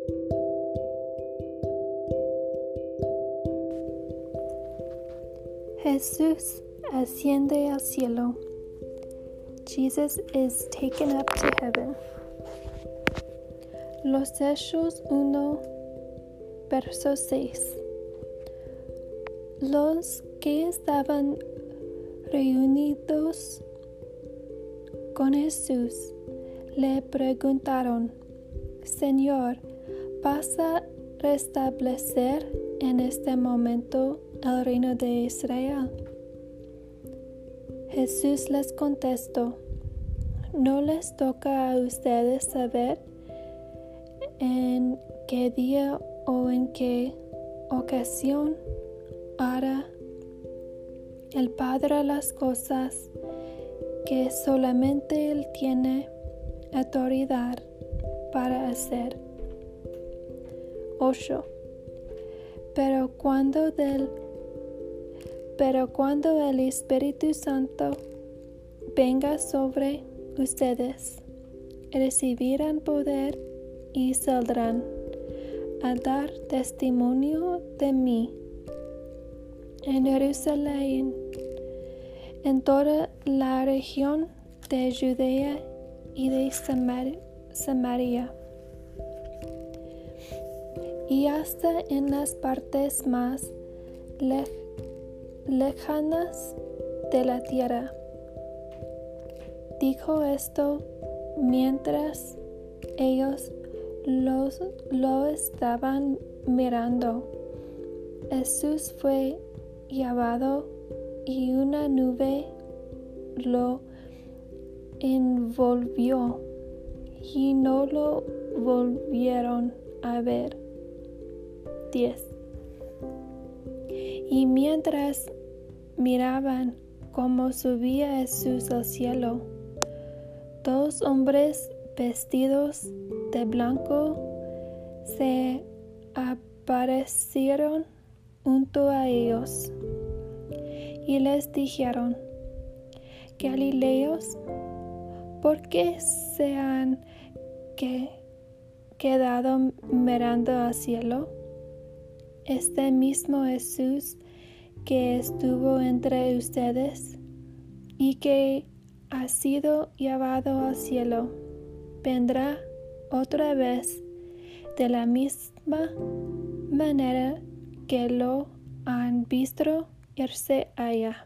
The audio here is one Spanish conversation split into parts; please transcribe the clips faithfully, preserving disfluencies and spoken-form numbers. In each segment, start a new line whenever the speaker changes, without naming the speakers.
Jesús asciende al cielo. Jesus is taken up to heaven. Los Hechos uno, verso seis. Los que estaban reunidos con Jesús le preguntaron: Señor, ¿vas a restablecer en este momento el reino de Israel? Jesús les contestó: No les toca a ustedes saber en qué día o en qué ocasión hará el Padre las cosas que solamente Él tiene autoridad para hacer. ocho. Pero cuando del Pero cuando el Espíritu Santo venga sobre ustedes, recibirán poder y saldrán a dar testimonio de mí en Jerusalén, en toda la región de Judea y de Samar- Samaria, y hasta en las partes más lejanas lejanas de la tierra. Dijo esto mientras ellos los, lo estaban mirando. Jesús fue llevado y una nube lo envolvió y no lo volvieron a ver. diez. Y mientras miraban cómo subía Jesús al cielo, dos hombres vestidos de blanco se aparecieron junto a ellos y les dijeron: Galileos, ¿por qué se han que, quedado mirando al cielo? Este mismo Jesús que estuvo entre ustedes y que ha sido llevado al cielo, vendrá otra vez de la misma manera que lo han visto irse allá.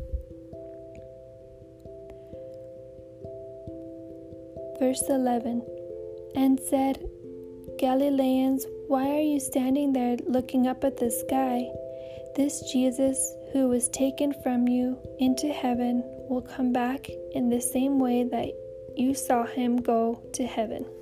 Verse eleven. And said, Galileans, why are you standing there looking up at the sky? This Jesus who was taken from you into heaven will come back in the same way that you saw him go to heaven.